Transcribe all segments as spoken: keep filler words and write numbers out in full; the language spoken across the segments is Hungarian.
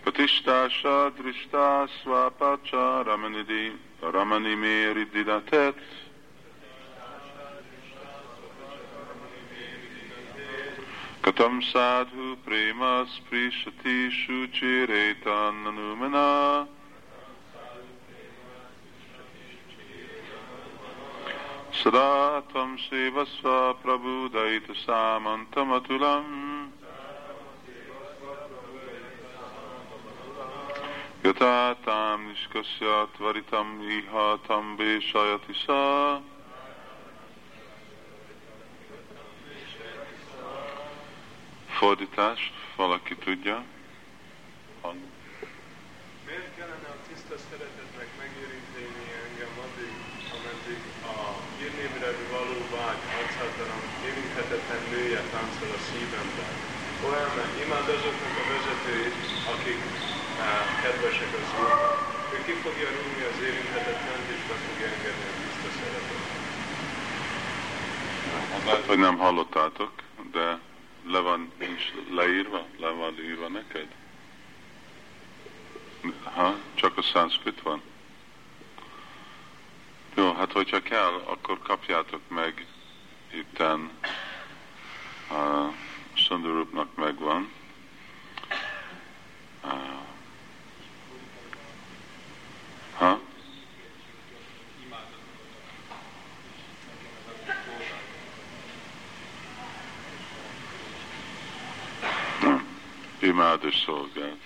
Patistása dristá svapacsa ramanidi ramani mérididatet Katam sadhu prema sprishati shuchiretan nanumana Sada tvam sevasva prabhudaita samantamatulam Yata tam nishkasya tvaritam iha tam besayati sa Fordítást valaki tudja? Hang. Miért kellene a tiszta szeretetnek megérinteni engem addig, ameddig a hírnévre való vágy arcátalan, érinthetetlen nője táncol a szívemben? Ó, elme, imád azoknak a vezetőit, akik á, kedvesek az Úrnak. Ő ki fogja rúgni az érinthetetlent, és be fogja engedni a tiszta szeretetet. Lehet, hogy nem hallottátok, de le van nincs leírva? Le van írva neked? Ha? Csak a szanszkrit van? Jó, hát hogyha kell, akkor kapjátok meg itten a Sundarupnak megvan. Ha? Imád és szolgáld.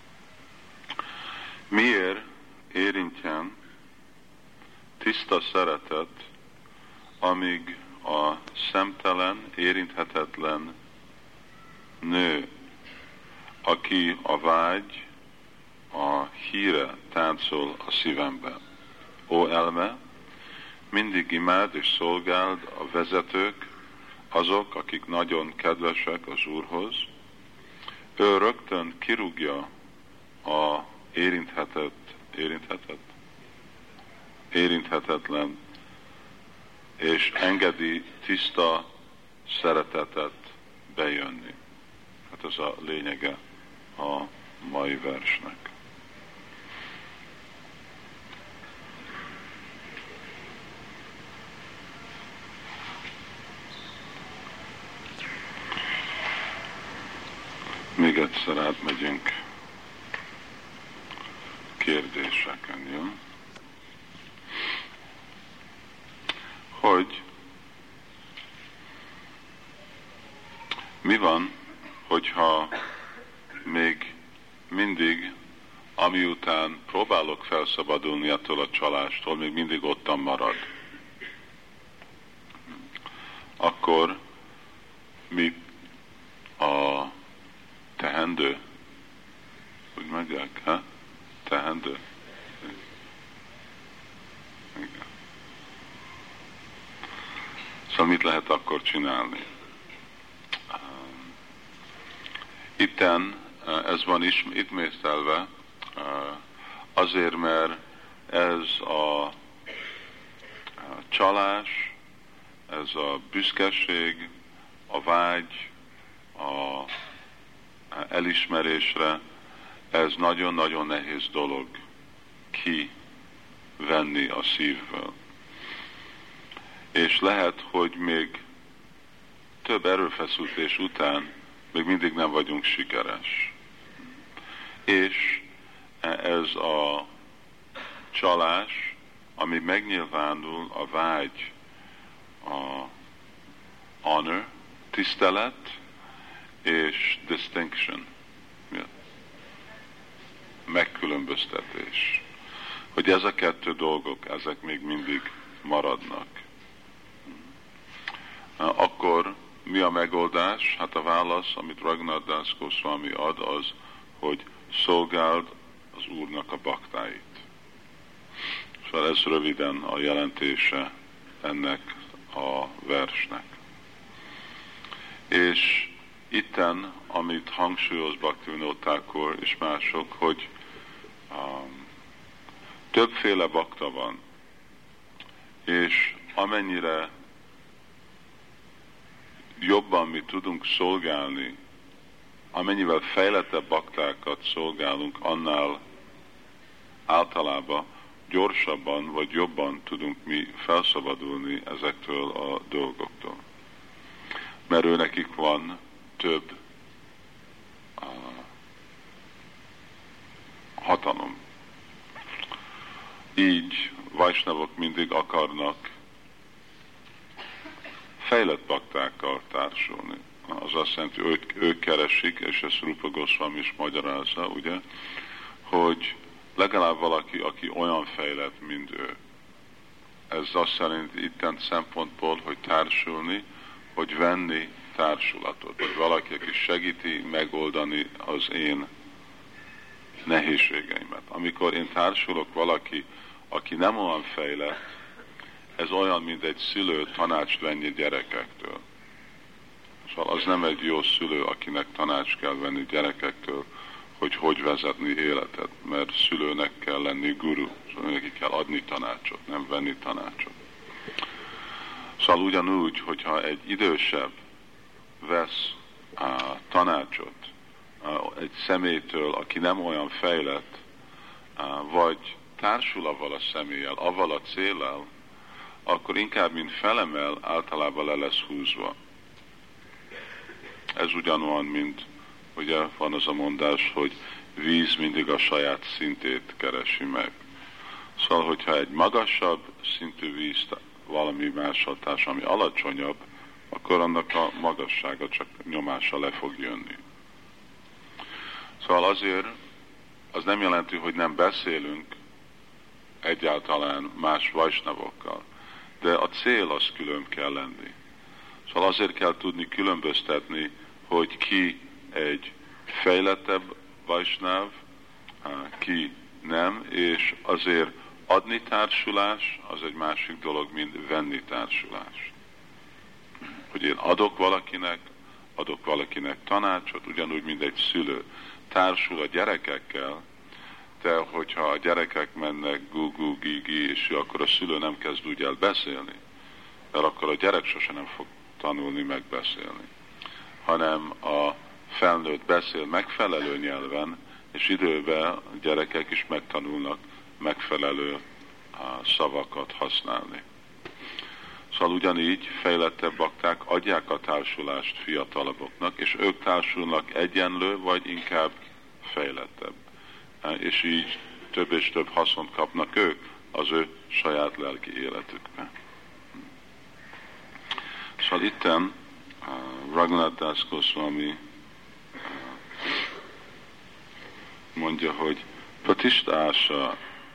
Miért érintjen tiszta szeretet, amíg a szemtelen, érinthetetlen nő, aki a vágy, a híre táncol a szívemben. Ó elme, mindig imád és szolgáld a vezetők, azok, akik nagyon kedvesek az Úrhoz. Ő rögtön kirúgja a érinthetet, érinthetet? Érinthetetlen, és engedi tiszta szeretetet bejönni. Hát ez a lényege a mai versnek. Még egyszer átmegyünk kérdéseken, jó? Hogy mi van, hogyha még mindig, amiután próbálok felszabadulni attól a csalástól, még mindig ottan marad. Akkor mi a tehendő? Úgy mondják, ha? Tehendő? Igen. Szóval mit lehet akkor csinálni? Itten ez van is, itt mésztelve, azért, mert ez a csalás, ez a büszkeség, a vágy, a elismerésre, ez nagyon-nagyon nehéz dolog kivenni a szívből. És lehet, hogy még több erőfeszítés után még mindig nem vagyunk sikeres. És ez a csalás, ami megnyilvánul a vágy, a honor, tisztelet és distinction, megkülönböztetés. Hogy ez a kettő dolgok, ezek még mindig maradnak. Akkor mi a megoldás? Hát a válasz, amit Raghunath Das Goswami ad, az, hogy szolgáld az Úrnak a baktáit. Szóval ez röviden a jelentése ennek a versnek. És itten, amit hangsúlyoz Bhaktivinoda Thakur és mások, hogy um, többféle bakta van, és amennyire jobban mi tudunk szolgálni amennyivel fejlettebb baktákat szolgálunk, annál általában gyorsabban vagy jobban tudunk mi felszabadulni ezektől a dolgoktól. Mert ő nekik van több uh, hatalom. Így vajsnavok mindig akarnak fejlett baktákkal társulni. Az azt jelenti, ők, ők keresik, és ezt Rupa Goswami is magyarázza, ugye, hogy legalább valaki, aki olyan fejlett, mint ő. Ez azt jelenti itten szempontból, hogy társulni, hogy venni társulatot, hogy valaki, aki segíti megoldani az én nehézségeimet. Amikor én társulok valaki, aki nem olyan fejlett, ez olyan, mint egy szülő tanács venni gyerekektől. Szóval az nem egy jó szülő, akinek tanács kell venni gyerekektől, hogy hogy vezetni életet, mert szülőnek kell lenni guru, szóval neki kell adni tanácsot, nem venni tanácsot. Szóval ugyanúgy, hogyha egy idősebb vesz uh, tanácsot uh, egy személytől, aki nem olyan fejlett, uh, vagy társul avval a személlyel, avval a céllal, akkor inkább, mint felemel, általában le lesz húzva. Ez ugyanolyan, mint ugye van az a mondás, hogy víz mindig a saját szintét keresi meg. Szóval, hogyha egy magasabb szintű víz valami más hatás, ami alacsonyabb, akkor annak a magassága csak nyomása le fog jönni. Szóval azért az nem jelenti, hogy nem beszélünk egyáltalán más vajsnavokkal, de a cél az külön kell lenni. Szóval azért kell tudni különböztetni, hogy ki egy fejlettebb vajsnáv, ki nem, és azért adni társulás az egy másik dolog, mint venni társulás. Hogy én adok valakinek, adok valakinek tanácsot, ugyanúgy, mint egy szülő társul a gyerekekkel, de hogyha a gyerekek mennek gu-gu, gi-gi, és akkor a szülő nem kezd úgy el beszélni, mert akkor a gyerek sose nem fog tanulni megbeszélni, hanem a felnőtt beszél megfelelő nyelven, és időben a gyerekek is megtanulnak megfelelő szavakat használni. Szóval ugyanígy fejlettebb bakták adják a társulást fiatalabboknak, és ők társulnak egyenlő, vagy inkább fejlettebb. És így több és több haszont kapnak ők az ő saját lelki életükben. Szóval itten uh, Raghunath Das Goswami uh, mondja, hogy Pratishta ása,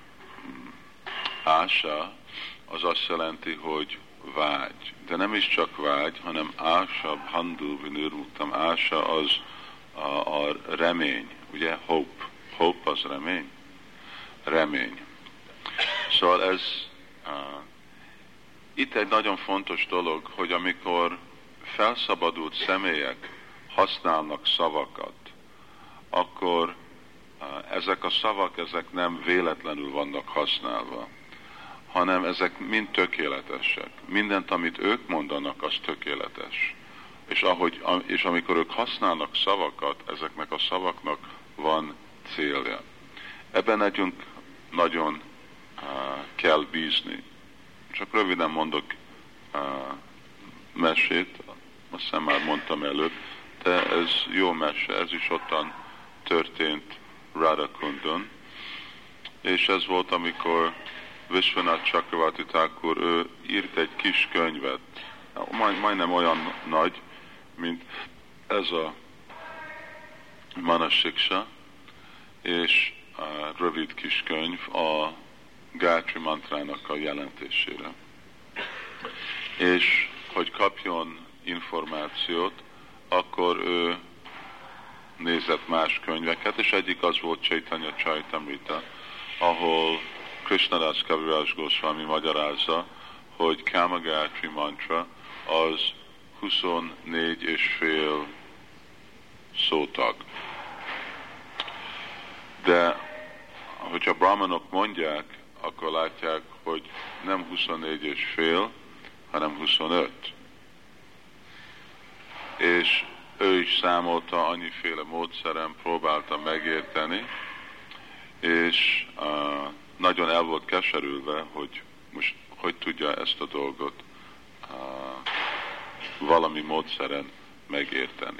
ása az azt jelenti, hogy vágy. De nem is csak vágy, hanem ása, handu, vinurmuktam, ása az a, a remény, ugye? Hope. Hope az remény. Remény. Szóval ez uh, itt egy nagyon fontos dolog, hogy amikor felszabadult személyek használnak szavakat, akkor uh, ezek a szavak ezek nem véletlenül vannak használva, hanem ezek mind tökéletesek. Mindent, amit ők mondanak, az tökéletes. És, ahogy, és amikor ők használnak szavakat, ezeknek a szavaknak van célja. Ebben nekünk nagyon uh, kell bízni. Csak röviden mondok uh, mesét, azt hiszem már mondtam előbb, de ez jó mese, ez is ottan történt Radhakundon, és ez volt, amikor Vishwanath Chakravarti Thakur, ő írt egy kis könyvet, majd, majdnem olyan nagy, mint ez a Manasiksa, és a rövid kis könyv a Gayatri mantrának a jelentésére. És hogy kapjon információt, akkor ő nézett más könyveket, és egyik az volt Chaitanya Charitamrita, ahol Krishnadas Kaviraj Goswami magyarázza, hogy Kama Gayatri mantra az huszonnégy és fél szótag. De hogyha brahmanok mondják, akkor látják, hogy nem huszonnégy és fél, hanem huszonöt. És ő is számolta, annyiféle módszeren próbálta megérteni, és uh, nagyon el volt keserülve, hogy most hogy tudja ezt a dolgot uh, valami módszeren megérteni.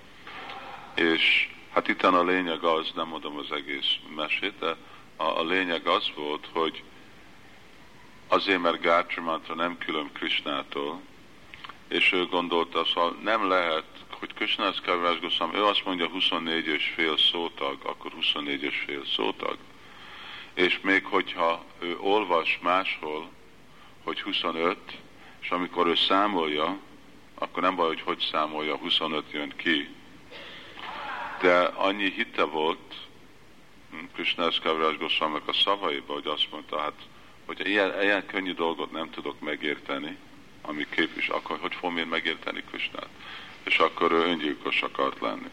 És hát itt a lényeg az, nem mondom az egész mesét, de a, a lényeg az volt, hogy azért, mert Gayatri Mantra nem külön Krishnától, és ő gondolta, szóval nem lehet, hogy Krishnász Kaviraj Goswami, ő azt mondja huszonnégy és fél szótag, akkor huszonnégy és fél szótag. És még hogyha ő olvas máshol, hogy huszonöt, és amikor ő számolja, akkor nem baj, hogy hogy számolja, huszonöt jön ki. De annyi hitte volt Krishnász Kaviraj Goswaminak a szavaiba, hogy azt mondta, hát, hogy ilyen, ilyen könnyű dolgot nem tudok megérteni, ami képvis, akkor hogy fogom én megérteni Krishnát? És akkor ő öngyilkos akart lenni.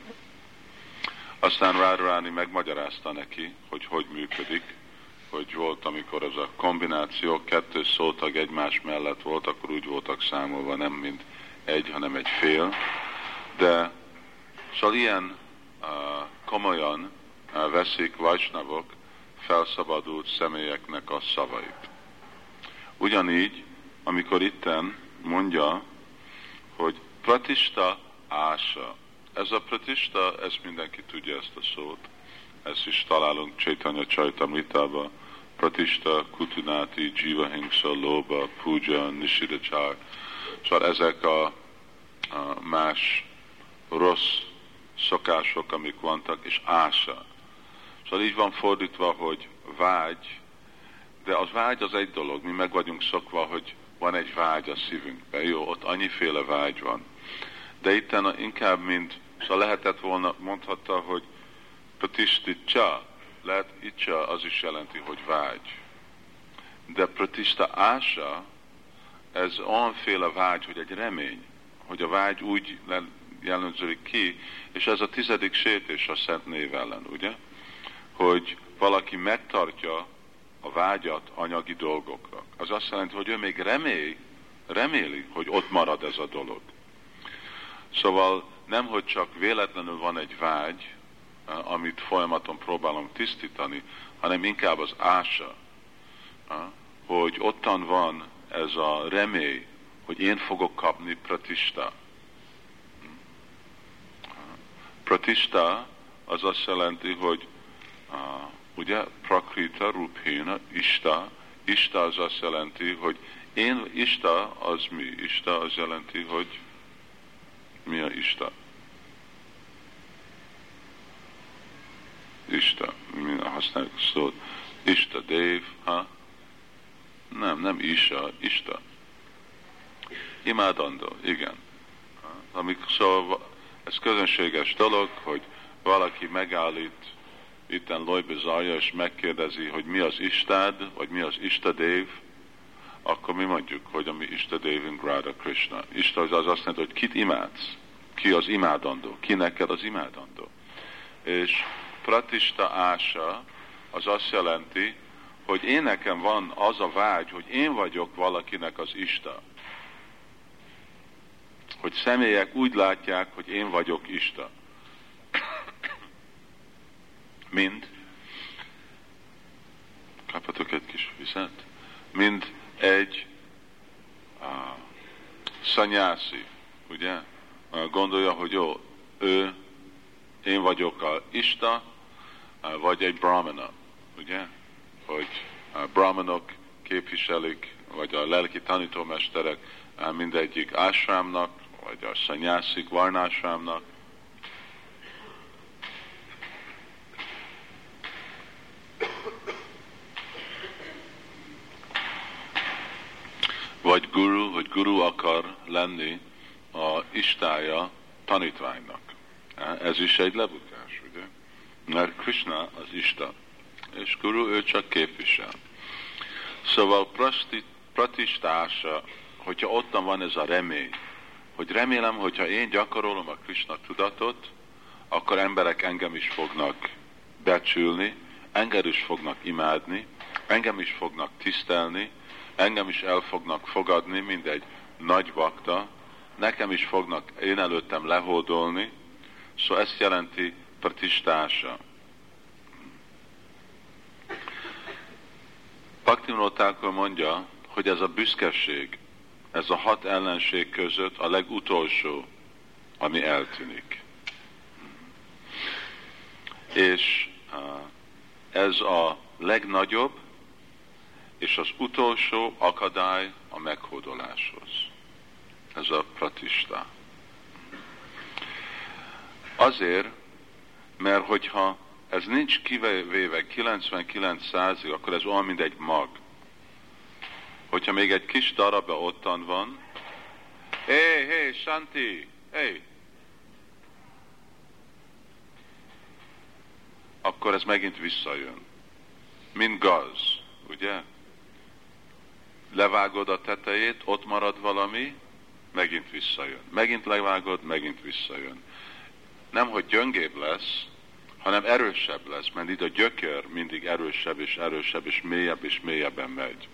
Aztán Radharani megmagyarázta neki, hogy hogy működik, hogy volt, amikor ez a kombináció, kettő szótag egymás mellett volt, akkor úgy voltak számolva, nem mint egy, hanem egy fél. De szóval ilyen uh, komolyan uh, veszik Vajsnavok felszabadult személyeknek a szavait. Ugyanígy, amikor itten mondja, hogy pratista ása. Ez a pratista, ezt mindenki tudja ezt a szót. Ezt is találunk Chaitanya Charitamritában. Pratista, Kutunáti, Jivahingsa, Loba, Puja, Nishidachar. Szóval ezek a, a más rossz szokások, amik vannak, és ása. Szóval így van fordítva, hogy vágy, de az vágy az egy dolog, mi meg vagyunk szokva, hogy van egy vágy a szívünkben. Jó, ott annyiféle vágy van. De itt inkább, mint, szóval lehetett volna, mondhatta, hogy pratistitcha, lehet itcha, az is jelenti, hogy vágy. De pratista ása, ez olyanféle vágy, hogy egy remény, hogy a vágy úgy jelentőzik ki, és ez a tizedik sértés a Szent Név ellen, ugye? Hogy valaki megtartja a vágyat anyagi dolgokra. Az azt jelenti, hogy ő még remél, reméli, hogy ott marad ez a dolog. Szóval nem, hogy csak véletlenül van egy vágy, amit folyamaton próbálom tisztítani, hanem inkább az ása, hogy ottan van ez a remély, hogy én fogok kapni pratista. Pratista az azt jelenti, hogy ugye prakrita, ruphéna, ista. Ista az azt jelenti, hogy én, ista az mi? Ista az jelenti, hogy mi a ista? Ista, mi használjuk a szót? Ista, Dev, ha? Nem, nem Isa, Ista. Imádandó, igen. Amik, szóval ez közönséges dolog, hogy valaki megállít itten Lojbe Zárja, és megkérdezi, hogy mi az Istád, vagy mi az Istadév, akkor mi mondjuk, hogy a mi Istadévünk Radha Krishna. Ista az azt jelenti, hogy kit imádsz, ki az imádandó, ki neked az imádandó. És pratista ása az azt jelenti, hogy én nekem van az a vágy, hogy én vagyok valakinek az Ista. Hogy személyek úgy látják, hogy én vagyok Ista. Mind, kaphatok egy kis vizet, mind egy uh, szanyászi, ugye? Uh, gondolja, hogy jó, ő, én vagyok a Ista, uh, vagy egy brahmana, ugye? Hogy uh, brahmanok képviselik, vagy a lelki tanítómesterek uh, mindegyik ásrámnak, vagy a szanyászik varnásrámnak. Vagy guru, hogy guru akar lenni a istája tanítványnak. Ez is egy lebukás, ugye? Mert Krishna az Ista, és guru ő csak képvisel. Szóval pratistása, hogyha ottan van ez a remény, hogy remélem, hogyha én gyakorolom a Krishna tudatot, akkor emberek engem is fognak becsülni, engem is fognak imádni, engem is fognak tisztelni, engem is el fognak fogadni, mint egy nagy bakta, nekem is fognak én előttem lehódolni, szóval ezt jelenti pratistása. Bhaktivinoda Thakur mondja, hogy ez a büszkeség, ez a hat ellenség között a legutolsó, ami eltűnik. És ez a legnagyobb és az utolsó akadály a meghódoláshoz. Ez a pratista. Azért, mert hogyha ez nincs kivéve kilencvenkilenc százalék, akkor ez olyan, mint egy mag. Hogyha még egy kis darabja ottan van, hé, hé, Shanti, hé, akkor ez megint visszajön. Mint gaz, ugye? Levágod a tetejét, ott marad valami, megint visszajön. Megint levágod, megint visszajön. Nem, hogy gyöngébb lesz, hanem erősebb lesz, mert itt a gyökér mindig erősebb és erősebb, és mélyebb és mélyebben megy.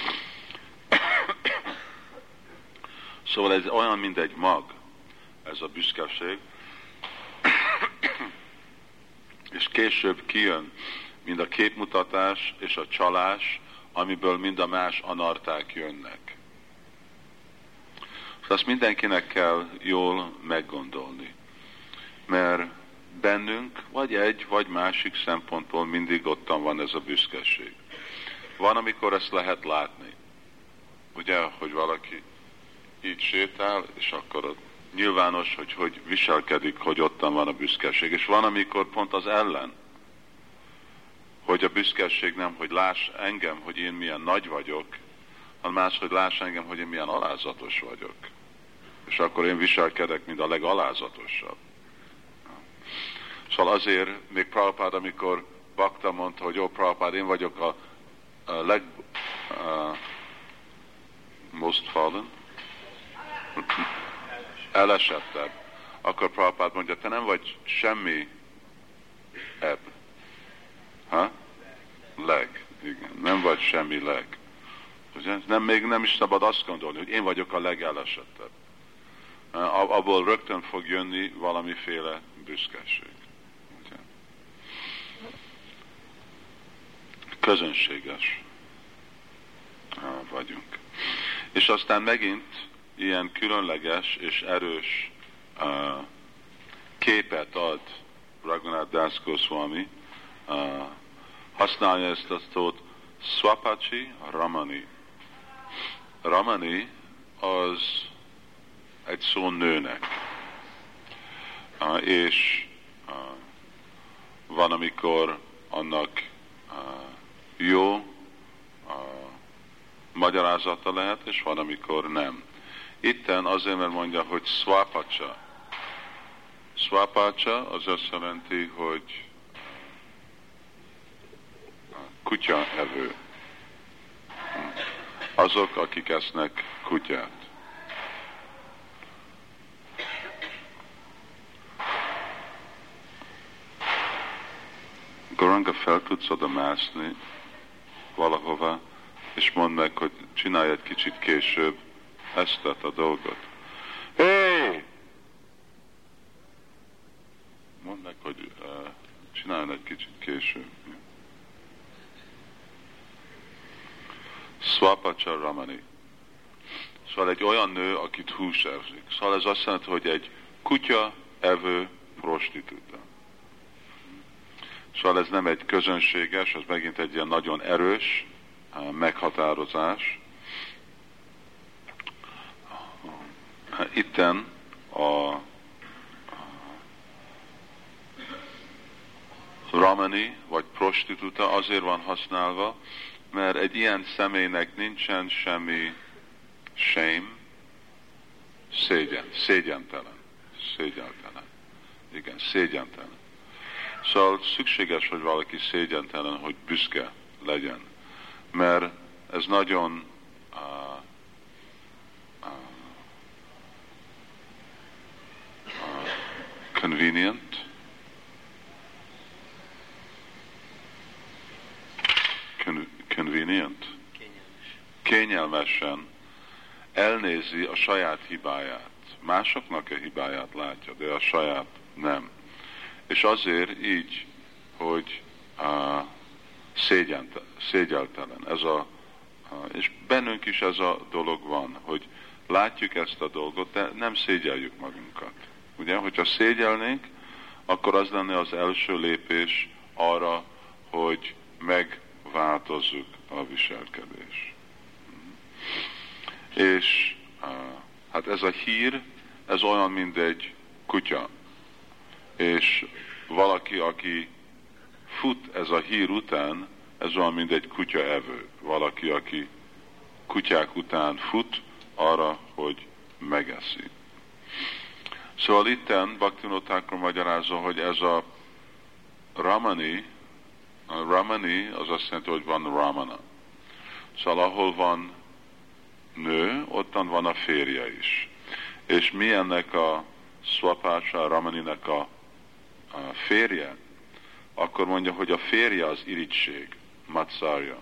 Szóval ez olyan, mint egy mag, ez a büszkeség, és később kijön, mind a képmutatás és a csalás, amiből mind a más anarták jönnek. Azt mindenkinek kell jól meggondolni, mert bennünk vagy egy, vagy másik szempontból mindig ottan van ez a büszkeség. Van, amikor ezt lehet látni. Ugye, hogy valaki így sétál, és akkor ott nyilvános, hogy hogy viselkedik, hogy ottan van a büszkeség. És van, amikor pont az ellen, hogy a büszkeség nem, hogy láss engem, hogy én milyen nagy vagyok, hanem más, hogy láss engem, hogy én milyen alázatos vagyok. És akkor én viselkedek, mint a legalázatosabb. Szóval azért, még Prabhupád, amikor Bhakta mondta, hogy jó, Prabhupád, én vagyok a, a leg... Uh, most fallen? Elesettebb. Akkor Prabhupád mondja, te nem vagy semmi ebb. Ha? Leg. Igen. Nem vagy semmi leg. Nem, még nem is szabad azt gondolni, hogy én vagyok a legelesettebb. Abból rögtön fog jönni valamiféle büszkeség. Közönséges vagyunk. És aztán megint ilyen különleges és erős uh, képet ad Raghunath Das Goswami, uh, használja ezt a szót Swapachi Ramani. Ramani az egy szó nőnek. Uh, és uh, van, amikor annak uh, jó uh, magyarázata lehet, és van, amikor nem. Itten azért, mert mondja, hogy Swapacha. Swapacha az azt jelenti, hogy kutyaevő. Azok, akik esznek kutyát. Goranga, fel tudsz oda mászni valahova, és mondd meg, hogy csinálj egy kicsit később ezt a dolgot. Hé! Hey! Mondd meg, hogy uh, csinálj egy kicsit később. Swapacha Ramani. Szóval egy olyan nő, akit hús evzik. Szóval ez azt jelenti, hogy egy kutya evő prostitúta. Szóval ez nem egy közönséges, ez megint egy ilyen nagyon erős uh, meghatározás. Itten a, a Ramani vagy prostitúta azért van használva, mert egy ilyen személynek nincsen semmi shame, szégyen, szégyentelen, szégyentelen. Igen, szégyentelen. Szóval szükséges, hogy valaki szégyentelen, hogy büszke legyen, mert ez nagyon uh, uh, uh, convenient, Con- convenient, Kényelmes. kényelmesen elnézi a saját hibáját. másoknak a hibáját látja, de a saját nem. És azért így, hogy uh, szégyeltelen. Ez a, uh, és bennünk is ez a dolog van, hogy látjuk ezt a dolgot, de nem szégyeljük magunkat. Ugye, hogyha szégyelnénk, akkor az lenne az első lépés arra, hogy megváltozzuk a viselkedés. És uh, hát ez a hír, ez olyan, mint egy kutya. És valaki, aki fut ez a hír után, ez olyan, mint egy kutyaevő. Valaki, aki kutyák után fut arra, hogy megeszi. Szóval itten Bhaktivinoda Thakur magyarázza, hogy ez a Ramani, a Ramani az azt jelenti, hogy van Ramana. Szóval ahol van nő, ottan van a férje is. És mi ennek a Swapása, a Ramaninek a, a férje? Akkor mondja, hogy a férje az irigység, Matszárja.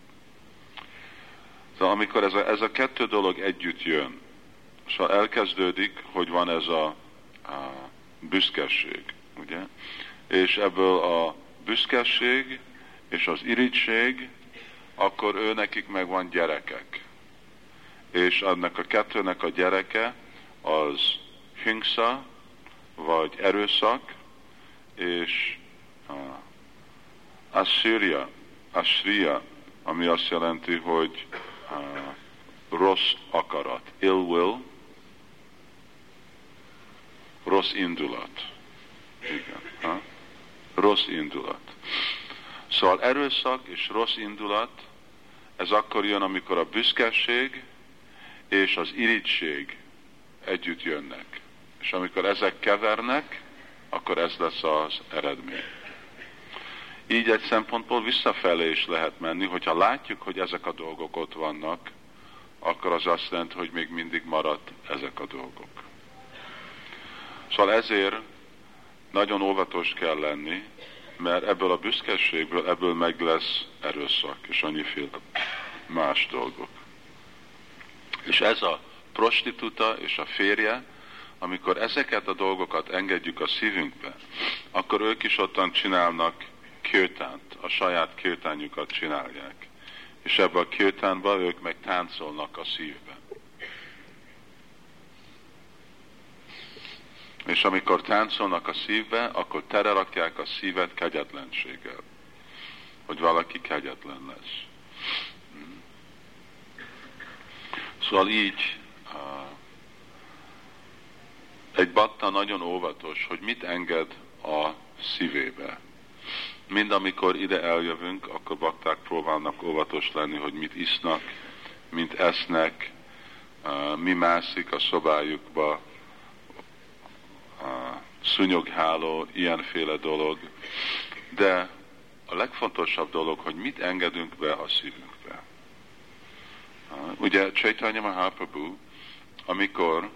Szóval amikor ez a, ez a kettő dolog együtt jön, szóval elkezdődik, hogy van ez a, a büszkeség, ugye? És ebből a büszkeség és az irigység, akkor ő nekik meg van gyerekek. És annak a kettőnek a gyereke az hingsza, vagy erőszak, és uh, asriya, asriya, ami azt jelenti, hogy uh, rossz akarat, ill will, rossz indulat. Igen, ha? Rossz indulat. Szóval erőszak és rossz indulat, ez akkor jön, amikor a büszkeség és az irigység együtt jönnek. És amikor ezek kevernek, akkor ez lesz az eredmény. Így egy szempontból visszafelé is lehet menni, hogyha látjuk, hogy ezek a dolgok ott vannak, akkor az azt jelenti, hogy még mindig maradt ezek a dolgok. Szóval ezért nagyon óvatos kell lenni, mert ebből a büszkeségből, ebből meg lesz erőszak, és annyiféle más dolgok. És ez a prostituta és a férje, amikor ezeket a dolgokat engedjük a szívünkbe, akkor ők is ottan csinálnak kirtánt, a saját kirtánjukat csinálják. És ebben a kirtánban ők meg táncolnak a szívben. És amikor táncolnak a szívbe, akkor telerakják a szívet kegyetlenséggel. Hogy valaki kegyetlen lesz. Szóval így uh, egy bakta nagyon óvatos, hogy mit enged a szívébe. Mind amikor ide eljövünk, akkor bakták próbálnak óvatos lenni, hogy mit isznak, mit esznek, uh, mi mászik a szobájukba, uh, szúnyogháló, ilyenféle dolog. De a legfontosabb dolog, hogy mit engedünk be a szívünkbe. Uh, ugye Chaitanya Mahaprabhu, amikor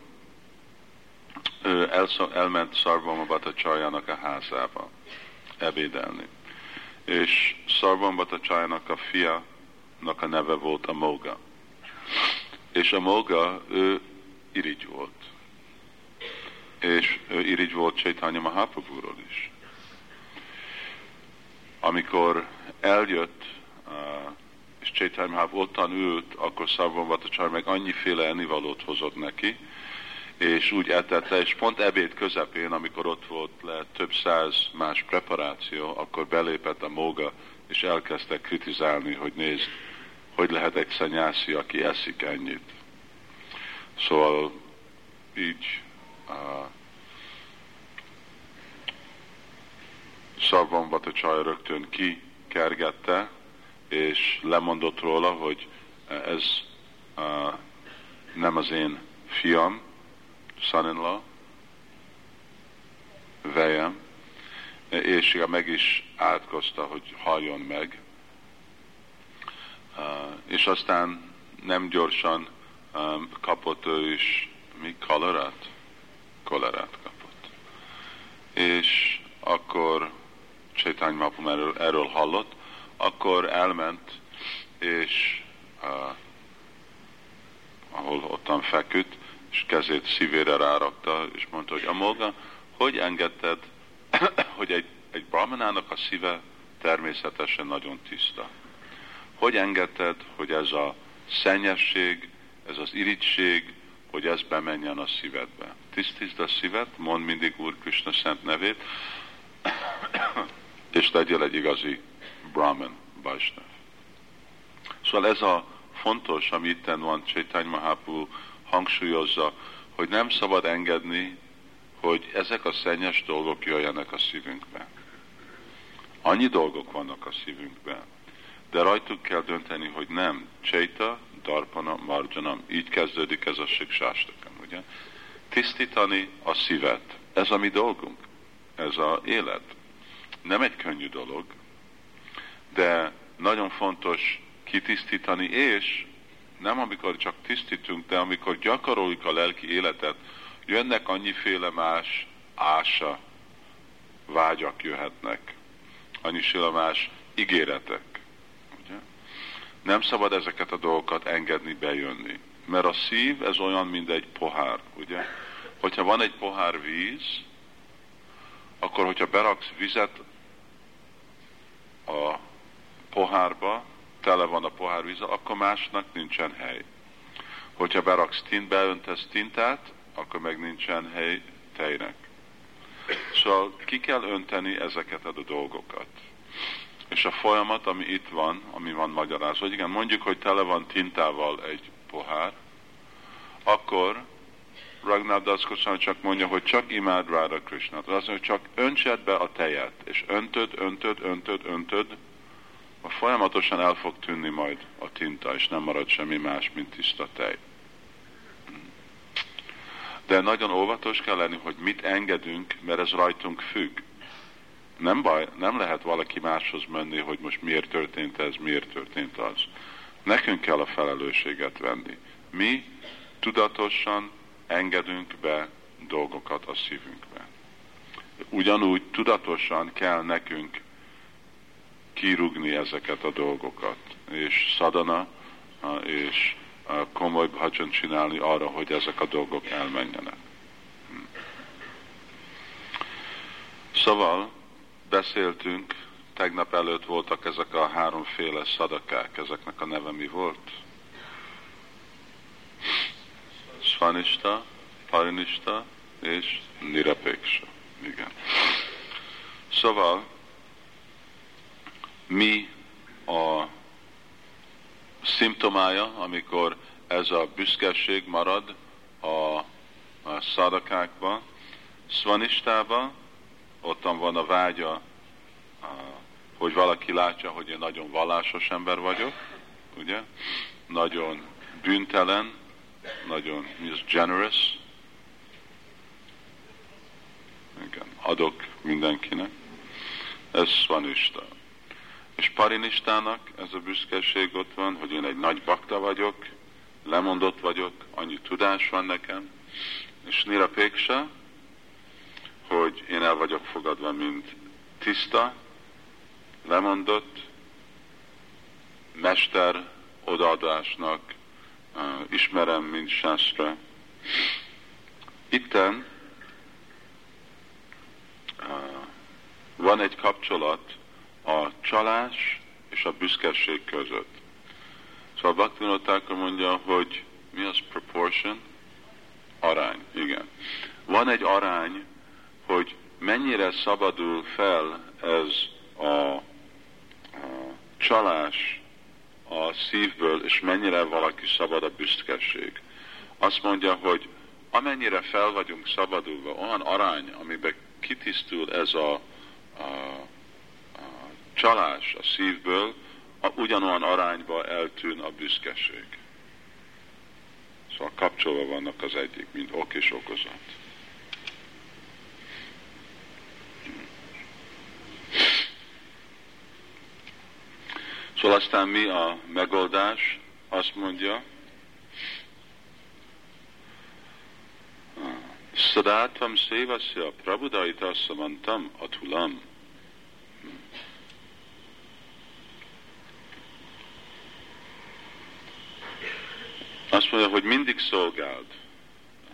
ő el, elment Sarvabhauma Bhattacharya-nak a házába ebédelni. És Sarvabhauma Bhattacharya-nak a fiának a neve volt a Moga. És a Moga, ő irigy volt. És ő irigy volt Chaitanya Mahaprabhuról is. Amikor eljött, és Chaitanya Mahaprabhu ottan ült, akkor Sarvabhauma Bhattacharya meg annyiféle ennivalót hozott neki, és úgy etette, és pont ebéd közepén, amikor ott volt le több száz más preparáció, akkor belépett a Moga, és elkezdte kritizálni, hogy nézd, hogy lehet egy szanyászi, aki eszik ennyit. Szóval így uh, Sarvabhauma Bhattacharya rögtön kikergette, és lemondott róla, hogy ez uh, nem az én fiam, son-in-law, vejem, és meg is átkozta, hogy halljon meg. Uh, és aztán nem gyorsan um, kapott ő is, mi, kolerát? Kolerát kapott. És akkor Chaitanya Mahaprabhu erről, erről hallott, akkor elment, és uh, ahol ottan feküdt, és kezét szívére rárakta, és mondta, hogy Amolga, hogy engedted, hogy egy, egy brahmanának a szíve természetesen nagyon tiszta. Hogy engedted, hogy ez a szennyesség, ez az irigység, hogy ez bemenjen a szívedbe. Tisztítsd a szívet, mondd mindig Úr Krishna szent nevét, és legyél egy igazi Brahman, Vaisnav. Szóval ez a fontos, ami itten van, Chaitanya Mahaprabhu hangsúlyozza, hogy nem szabad engedni, hogy ezek a szennyes dolgok jöjjenek a szívünkbe. Annyi dolgok vannak a szívünkben, de rajtuk kell dönteni, hogy nem. Chaita, Darpana, Marjanam. Így kezdődik ez a Siksástakam, ugye? Tisztítani a szívet. Ez a mi dolgunk. Ez az élet. Nem egy könnyű dolog, de nagyon fontos kitisztítani, és nem amikor csak tisztítunk, de amikor gyakoroljuk a lelki életet, jönnek annyiféle más ása, vágyak jöhetnek, annyiféle más ígéretek. Ugye? Nem szabad ezeket a dolgokat engedni bejönni, mert a szív ez olyan, mint egy pohár, ugye? Hogyha van egy pohár víz, akkor hogyha beraksz vizet a pohárba, tele van a pohár víz, akkor másnak nincsen hely. Hogyha beraksz tint, beöntesz tintát, akkor meg nincsen hely tejnek. Szóval ki kell önteni ezeket a dolgokat. És a folyamat, ami itt van, ami van magyarázva, hogy igen, mondjuk, hogy tele van tintával egy pohár, akkor Raghunath Das Goswami csak mondja, hogy csak imád Radha Krishnát. Az mondja, hogy csak öntsed be a tejet, és öntöd, öntöd, öntöd, öntöd, a folyamatosan el fog tűnni majd a tinta, és nem marad semmi más, mint tiszta tej. De nagyon óvatos kell lenni, hogy mit engedünk, mert ez rajtunk függ. Nem baj, nem lehet valaki máshoz menni, hogy most miért történt ez, miért történt az. Nekünk kell a felelősséget venni. Mi tudatosan engedünk be dolgokat a szívünkbe. Ugyanúgy tudatosan kell nekünk kirúgni ezeket a dolgokat, és szadana, és komoly bhajan csinálni arra, hogy ezek a dolgok elmenjenek. Szóval beszéltünk, tegnap előtt voltak ezek a háromféle szadakák, ezeknek a neve mi volt? Svanista, Parinista és Nirapeksa. Igen. Szóval mi a szimptomája, amikor ez a büszkeség marad a, a szadakákban, Svanistában, ottan van a vágya, a, hogy valaki látja, hogy én nagyon vallásos ember vagyok, ugye? Nagyon bűntelen, nagyon generous, igen, adok mindenkinek. Ez Svanista. És Parinistának ez a büszkeség ott van, hogy én egy nagy bakta vagyok, lemondott vagyok, annyi tudás van nekem, és Nirapeksa, hogy én el vagyok fogadva, mint tiszta, lemondott, mester odaadásnak, uh, ismerem, mint Shastra. Itten uh, van egy kapcsolat a csalás és a büszkeség között. Szóval Bhaktivinoda Thakur mondja, hogy mi az proportion? Arány, igen. Van egy arány, hogy mennyire szabadul fel ez a, a csalás a szívből, és mennyire valaki szabad a büszkeség. Azt mondja, hogy amennyire fel vagyunk szabadulva, olyan arány, amiben kitisztul ez a, a, a csalás a szívből, a, ugyanolyan arányba eltűn a büszkeség. Szóval kapcsolva vannak az egyik, mint ok és okozat. Szóval aztán mi a megoldás? Azt mondja, Szadátam szévasya prabudaita samantam atulam. Azt mondja, hogy mindig szolgáld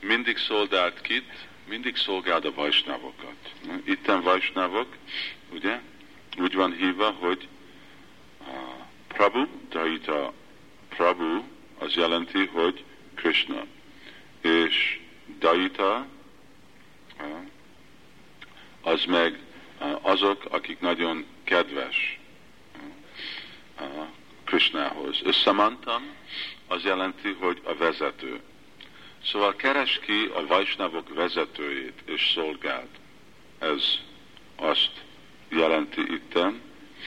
mindig szolgált kit? Mindig szolgált a vajsnávokat. Itten vajsnávok, ugye? Úgy van hívva, hogy uh, Prabhu, Daita Prabhu, az jelenti, hogy Krishna. És Daita, uh, az meg uh, azok, akik nagyon kedves uh, Krishnához. Összemantam, az jelenti, hogy a vezető. Szóval keres ki a vajsnavok vezetőjét és szolgáld. Ez azt jelenti itten.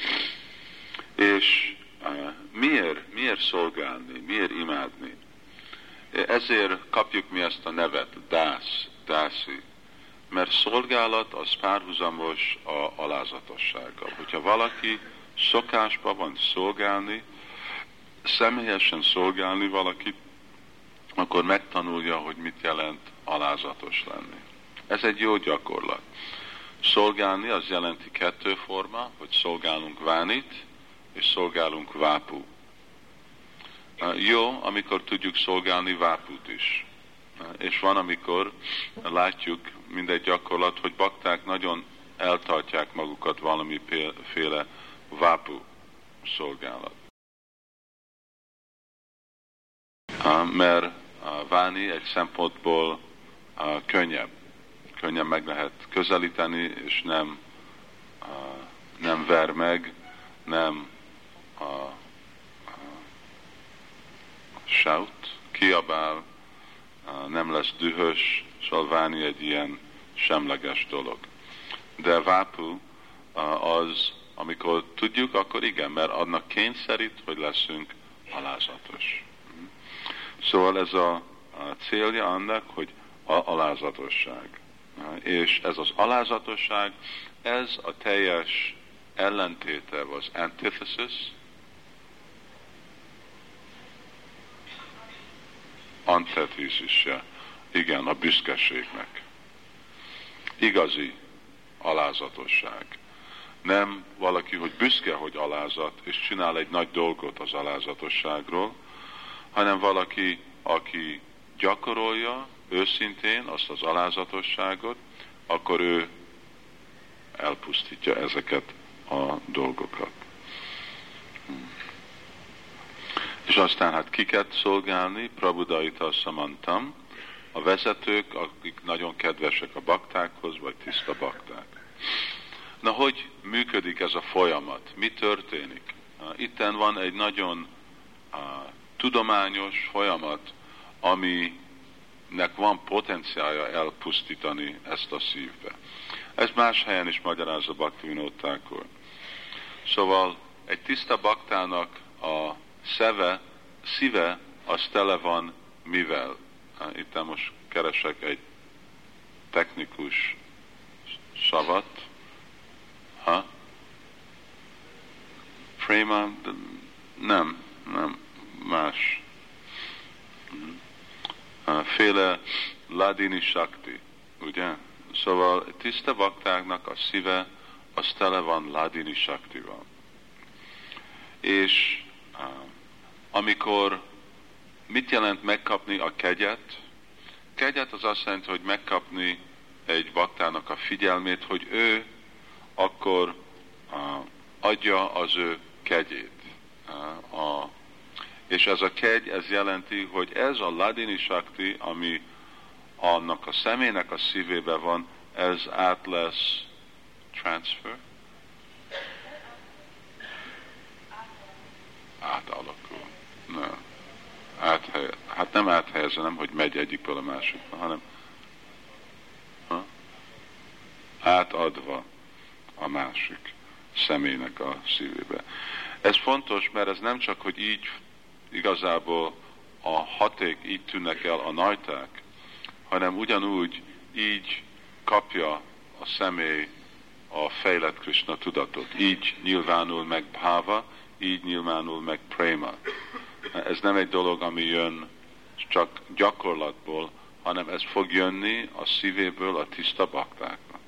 És uh, miért, miért szolgálni, miért imádni? Ezért kapjuk mi ezt a nevet, dász, dászi. Mert szolgálat az párhuzamos a alázatossággal. Hogyha valaki szokásban van szolgálni, személyesen szolgálni valakit, akkor megtanulja, hogy mit jelent alázatos lenni. Ez egy jó gyakorlat. Szolgálni az jelenti kettő forma, hogy szolgálunk vánit, és szolgálunk vápú. Jó, amikor tudjuk szolgálni vápút is. És van, amikor látjuk mindegy gyakorlat, hogy bakták nagyon eltartják magukat valamiféle vápú szolgálat. Mert válni egy szempontból könnyebb. Könnyen meg lehet közelíteni, és nem, nem ver meg, nem shout, kiabál, nem lesz dühös, szóval válni egy ilyen semleges dolog. De vápú az, amikor tudjuk, akkor igen, mert adnak kényszerít, hogy leszünk alázatos. Szóval ez a, a célja annak, hogy a alázatosság. És ez az alázatosság, ez a teljes ellentéte, az antithesis, antithesis-je, igen, a büszkeségnek. Igazi alázatosság. Nem valaki, hogy büszke, hogy alázat, és csinál egy nagy dolgot az alázatosságról, hanem valaki, aki gyakorolja őszintén azt az alázatosságot, akkor ő elpusztítja ezeket a dolgokat. És aztán hát kiket szolgálni? Prabhu Daita Samantam, a vezetők, akik nagyon kedvesek a baktákhoz, vagy tiszta bakták. Na, hogy működik ez a folyamat? Mi történik? Itten van egy nagyon uh, tudományos folyamat, aminek van potenciálja elpusztítani ezt a szívbe. Ez más helyen is magyarázza Bhaktivinoda Thakur. Szóval egy tiszta baktának a szeve, szíve az tele van mivel? Itt most keresek egy technikus szavat. Ha? Prema? Nem, nem, más. Féle ladini shakti, ugye? Szóval tiszta baktáknak a szíve az tele van ladini shaktival. És amikor mit jelent megkapni a kegyet? Kegyet az azt jelenti, hogy megkapni egy baktának a figyelmét, hogy ő akkor uh, adja az ő kegyét. Uh, a, és ez a kegy, ez jelenti, hogy ez a ladini shakti, ami annak a személynek a szívébe van, ez át lesz transfer? Átalakul. Nem. Áthely, hát nem áthelyezve, nem, hogy megy egyikből a másikba, hanem ha? átadva a másik személynek a szívébe. Ez fontos, mert ez nem csak, hogy így igazából a haték így tűnnek el a najták, hanem ugyanúgy így kapja a személy a fejlett Krishna tudatot. Így nyilvánul meg bhava, így nyilvánul meg prema. Ez nem egy dolog, ami jön csak gyakorlatból, hanem ez fog jönni a szívéből a tiszta baktáknak.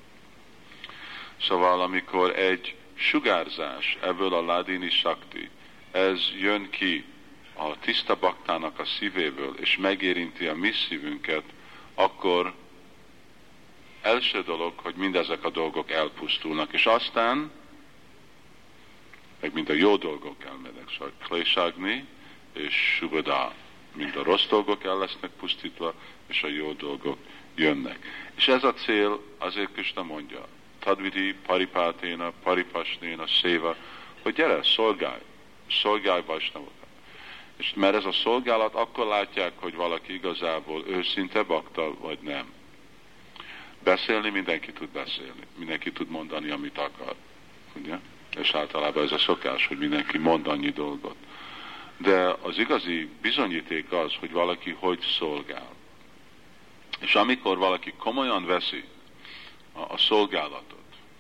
Szóval amikor egy sugárzás ebből a ladini shakti, ez jön ki a tiszta baktának a szívéből, és megérinti a mi szívünket, akkor első dolog, hogy mindezek a dolgok elpusztulnak, és aztán, meg mind a jó dolgok elmennek, szóval klésagni és subada, mind a rossz dolgok el lesznek pusztítva, és a jó dolgok jönnek. És ez a cél, azért Krishna mondja, tadvidi, paripáténa, paripasnéna, széva, hogy gyere, szolgálj, szolgálj Vajsnavokat. És mert ez a szolgálat, akkor látják, hogy valaki igazából őszinte bakta, vagy nem. Beszélni mindenki tud beszélni, mindenki tud mondani, amit akar. Ugye? És általában ez a szokás, hogy mindenki mond annyi dolgot. De az igazi bizonyíték az, hogy valaki hogy szolgál. És amikor valaki komolyan veszi a, a szolgálatot,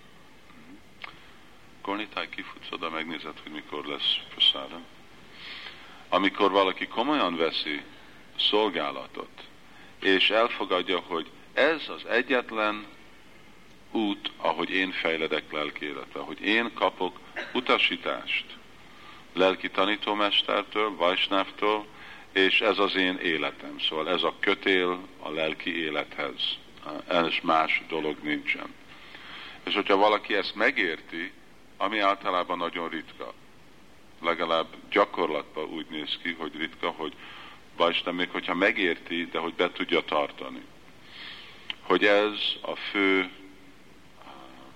Kornitály, kifutsz oda, megnézed, hogy mikor lesz prasáda. Amikor valaki komolyan veszi a szolgálatot, és elfogadja, hogy ez az egyetlen út, ahogy én fejledek lelki életbe, hogy én kapok utasítást lelki tanítómestertől, Vajsnávtól, és ez az én életem. Szóval ez a kötél a lelki élethez. Ez más dolog nincsen. És hogyha valaki ezt megérti, ami általában nagyon ritka, legalább gyakorlatban úgy néz ki, hogy ritka, hogy Vajsnáv még hogyha megérti, de hogy be tudja tartani. Hogy ez a fő uh,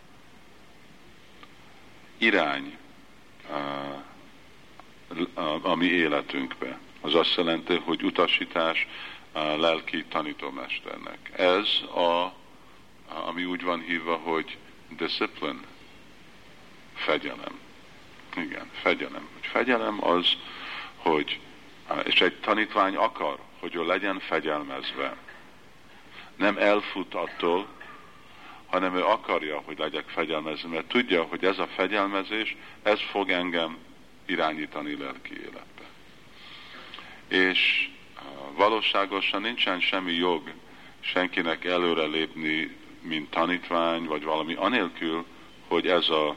irány uh, a, a mi életünkbe. Az azt jelenti, hogy utasítás a lelki tanítómesternek. Ez a, ami úgy van hívva, hogy discipline, fegyelem. Igen, fegyelem. Fegyelem az, hogy, és egy tanítvány akar, hogy ő legyen fegyelmezve. Nem elfut attól, hanem ő akarja, hogy legyek fegyelmezve, mert tudja, hogy ez a fegyelmezés, ez fog engem irányítani lelki életbe. És valóságosan nincsen semmi jog senkinek előrelépni, mint tanítvány, vagy valami, anélkül, hogy ez a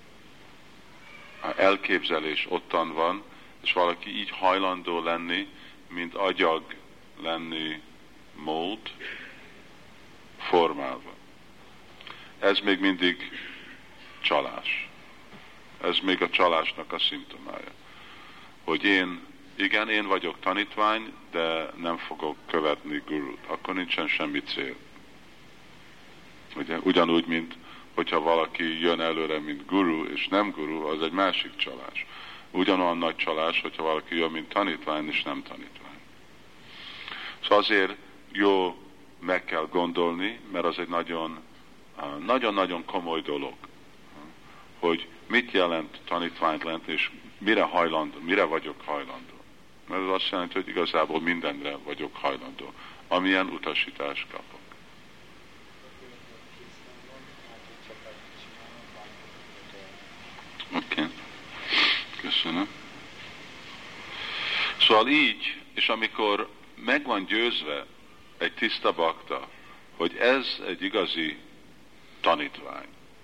elképzelés ottan van, és valaki így hajlandó lenni, mint agyag lenni mold, formálva. Ez még mindig csalás. Ez még a csalásnak a szimptomája. Hogy én, igen, én vagyok tanítvány, de nem fogok követni gurút. Akkor nincsen semmi cél. Ugye? Ugyanúgy, mint hogyha valaki jön előre, mint guru, és nem guru, az egy másik csalás. Ugyanolyan nagy csalás, hogyha valaki jön, mint tanítvány, és nem tanítvány. Szóval azért jó meg kell gondolni, mert az egy nagyon, nagyon-nagyon komoly dolog, hogy mit jelent tanítványt lenni, és mire hajlandó, mire vagyok hajlandó. Mert az azt jelenti, hogy igazából mindenre vagyok hajlandó, amilyen utasítást kapok. Oké. Okay. Köszönöm. Szóval így, és amikor meg van győzve egy tiszta bakta, hogy ez egy igazi tanítvány,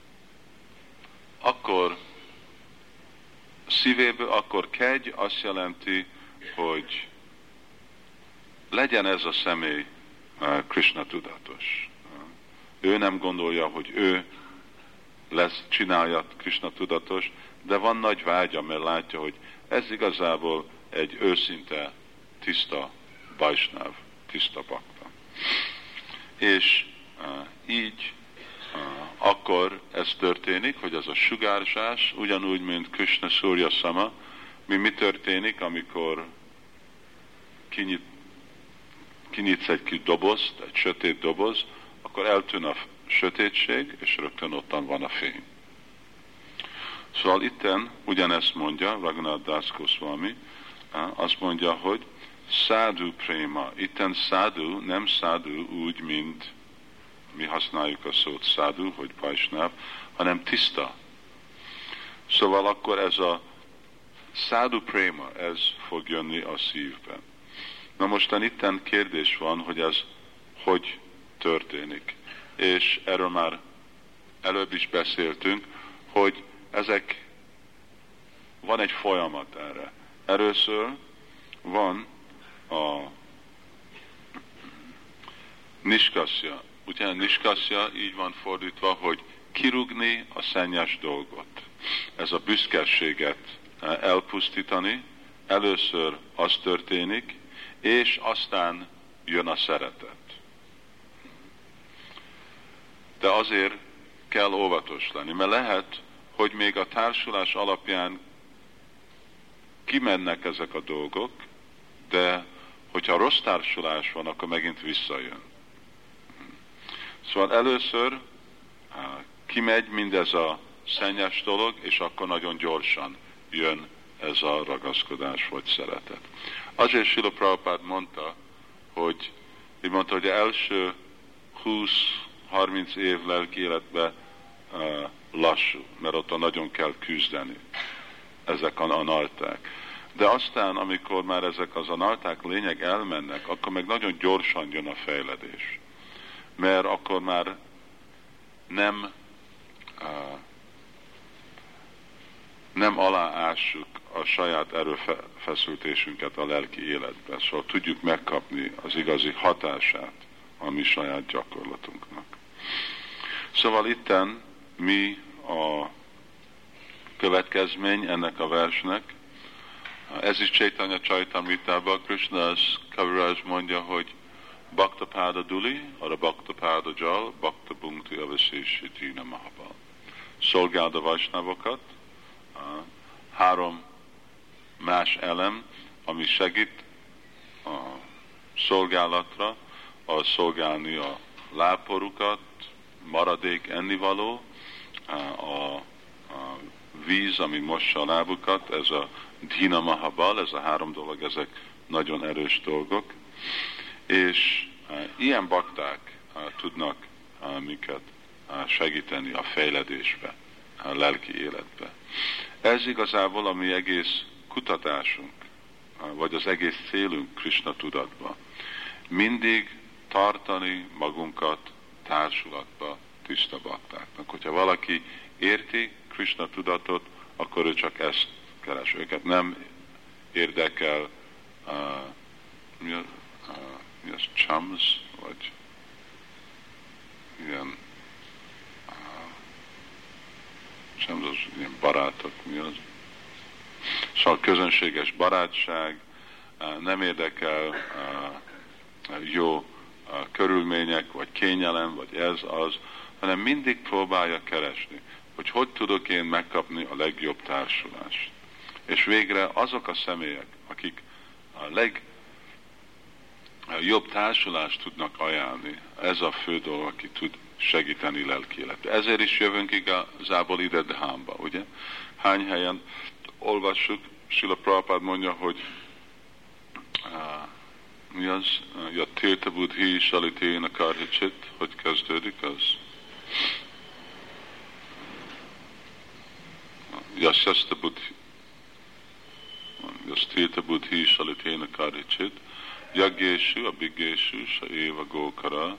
akkor szívéből, akkor kegy azt jelenti, hogy legyen ez a személy uh, Krishna tudatos. Uh, ő nem gondolja, hogy ő lesz, csinálja Krishna tudatos, de van nagy vágya, mert látja, hogy ez igazából egy őszinte, tiszta Vajsnáv, tiszta bakta. És uh, így uh, akkor ez történik, hogy ez a sugárzás, ugyanúgy, mint Krishna Surya Sama, mi mi történik, amikor kinyit, kinyitsz egy kis dobozt, egy sötét doboz, akkor eltűn a sötétség, és rögtön ottan van a fény. Szóval itten ugyanezt mondja Raghunath Das Goswami, azt mondja, hogy szádu préma. Itten szádu, nem szádu úgy, mint mi használjuk a szót szádu, hogy Vajsnáv, hanem tiszta. Szóval akkor ez a szádu préma, ez fog jönni a szívben. Na mostan itten kérdés van, hogy ez hogy történik. És erről már előbb is beszéltünk, hogy ezek, van egy folyamat erre. Először van a Niskasya. Ugye niskasya így van fordítva, hogy kirúgni a szennyes dolgot. Ez a büszkeséget elpusztítani, először az történik, és aztán jön a szeretet. De azért kell óvatos lenni, mert lehet, hogy még a társulás alapján kimennek ezek a dolgok, de hogyha rossz társulás van, akkor megint visszajön. Szóval először kimegy mindez a szennyes dolog, és akkor nagyon gyorsan jön ez a ragaszkodás vagy szeretet. Azért Srila Prabhupád mondta, hogy, így mondta, hogy az első húsz-harminc év lelki életben uh, lassú, mert ott nagyon kell küzdeni ezek a analták. De aztán, amikor már ezek az analták lényeg elmennek, akkor meg nagyon gyorsan jön a fejledés. Mert akkor már nem uh, nem aláássuk a saját erőfeszültésünket a lelki életbe, szóval tudjuk megkapni az igazi hatását a mi saját gyakorlatunknak. Szóval itten mi a következmény ennek a versnek? Ez is Chaitanya Charitamritában Krishna Kaviraj mondja, hogy Bhakta Páda Duli, arra Bhakta Páda Jal, Bhakta Bhunkti Avasheshi Jina Mahabal. Szolgáld a vajsnavokat, három más elem, ami segít a szolgálatra, az szolgálni a lábporukat, maradék ennivaló, a, a víz, ami mossa a lábukat, ez a Dina Mahabal, ez a három dolog, ezek nagyon erős dolgok, és ilyen bakták tudnak minket segíteni a fejledésbe, a lelki életbe. Ez igazából a mi egész kutatásunk, vagy az egész célunk Krishna tudatba. Mindig tartani magunkat társulatba tiszta baktáknak. Hogyha valaki érti Krishna tudatot, akkor ő csak ezt keres. Őket nem érdekel uh, mi az, uh, mi az chums, vagy ilyen sem az ilyen barátok, mi az? Szóval közönséges barátság, nem érdekel jó körülmények, vagy kényelem, vagy ez az, hanem mindig próbálja keresni, hogy hogy tudok én megkapni a legjobb társulást. És végre azok a személyek, akik a legjobb társulást tudnak ajánlni, ez a fő dolog, aki tud segíteni lelki életbe. Ezért is jövünk igazából ide Dhámba, ugye? Hány helyen olvassuk, Srila Prabhupád mondja, hogy uh, mi az? Ja, Tirtha Buddhi Saliténa Karhicsit, hogy kezdődik az? Jasyasta Buddhi Jas Tirtha Buddhi Saliténa Karhicsit Yagyeshu, Abhiggeshu, Sa Éva Gókara.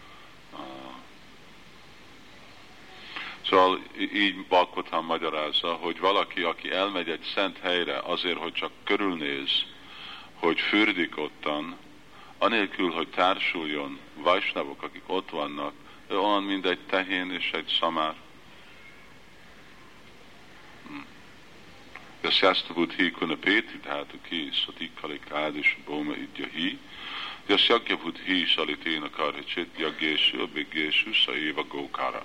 Szóval így Bhagavatam magyarázza, hogy valaki, aki elmegy egy szent helyre azért, hogy csak körülnéz, hogy fürdik ottan, anélkül, hogy társuljon vajsnavok, akik ott vannak, ő olyan, mint egy tehén és egy szamár. Jasyasta Buddhi Kunapéti Dhatuki Satikalik Ádis Bóma Idjahi Jasyagya Buddhi Saliténa Karhicsit Yagyeshu, Abhiggeshu, Sa Éva Gókara.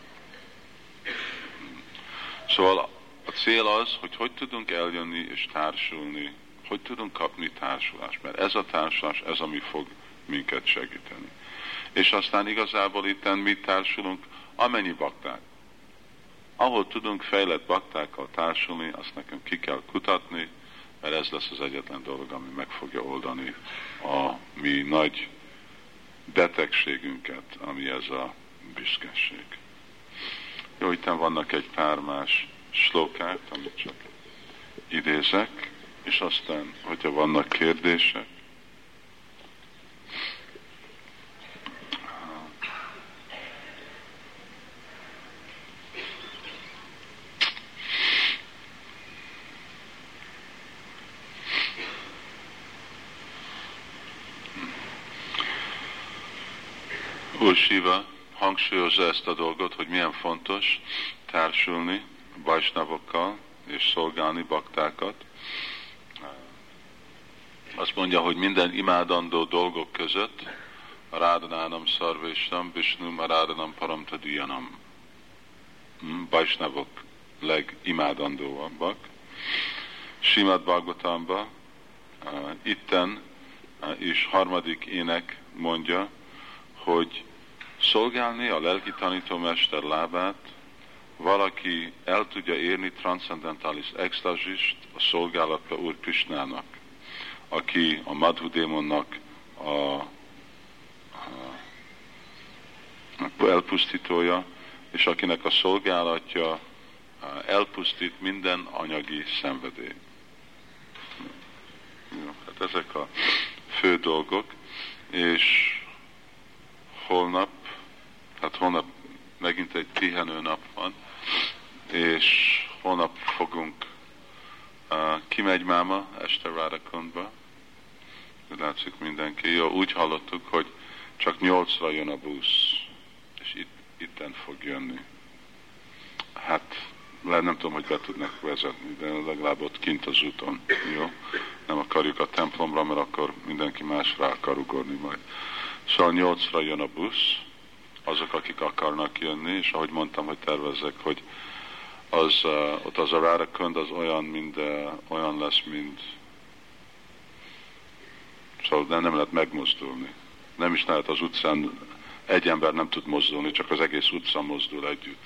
Szóval a cél az, hogy hogy tudunk eljönni és társulni, hogy tudunk kapni társulást, mert ez a társulás, ez ami fog minket segíteni. És aztán igazából itten mi társulunk, amennyi bakták. Ahol tudunk fejlett baktákkal társulni, azt nekem ki kell kutatni, mert ez lesz az egyetlen dolog, ami meg fogja oldani a mi nagy betegségünket, ami ez a büszkeség. Jó, itt vannak egy pár más slókák, amit csak idézek, és aztán, hogyha vannak kérdések. Úr Siva hangsúlyozza ezt a dolgot, hogy milyen fontos társulni vajsnavokkal és szolgálni baktákat. Azt mondja, hogy minden imádandó dolgok között Arádanánam Szarvésam, Vishnum Arádanam Paramtadiyanam. Vajsnavok legimádandóabbak. Simad Bhagavatamba uh, itten uh, is harmadik ének mondja, hogy szolgálni a lelki tanítómester lábát, valaki el tudja érni transzendentális extázist a szolgálatba Úr Krisnának, aki a Madhu démonnak a, a, a elpusztítója, és akinek a szolgálatja elpusztít minden anyagi szenvedély. Hát ezek a fő dolgok, és holnap, hát holnap megint egy pihenő nap van, és holnap fogunk uh, kimegy máma este Radhakundba. Látszik mindenki. Jó, úgy hallottuk, hogy csak nyolcra jön a busz, és itt, itten fog jönni. Hát nem tudom, hogy be tudnak vezetni, de legalább ott kint az úton. Jó? Nem akarjuk a templomra, mert akkor mindenki más rá akar ugorni majd. Szóval nyolcra jön a busz, azok, akik akarnak jönni, és ahogy mondtam, hogy tervezzek, hogy az, uh, ott az a Radhakund az olyan, mind, uh, olyan lesz, mint szóval de nem lehet megmozdulni. Nem is lehet az utcán, egy ember nem tud mozdulni, csak az egész utca mozdul együtt.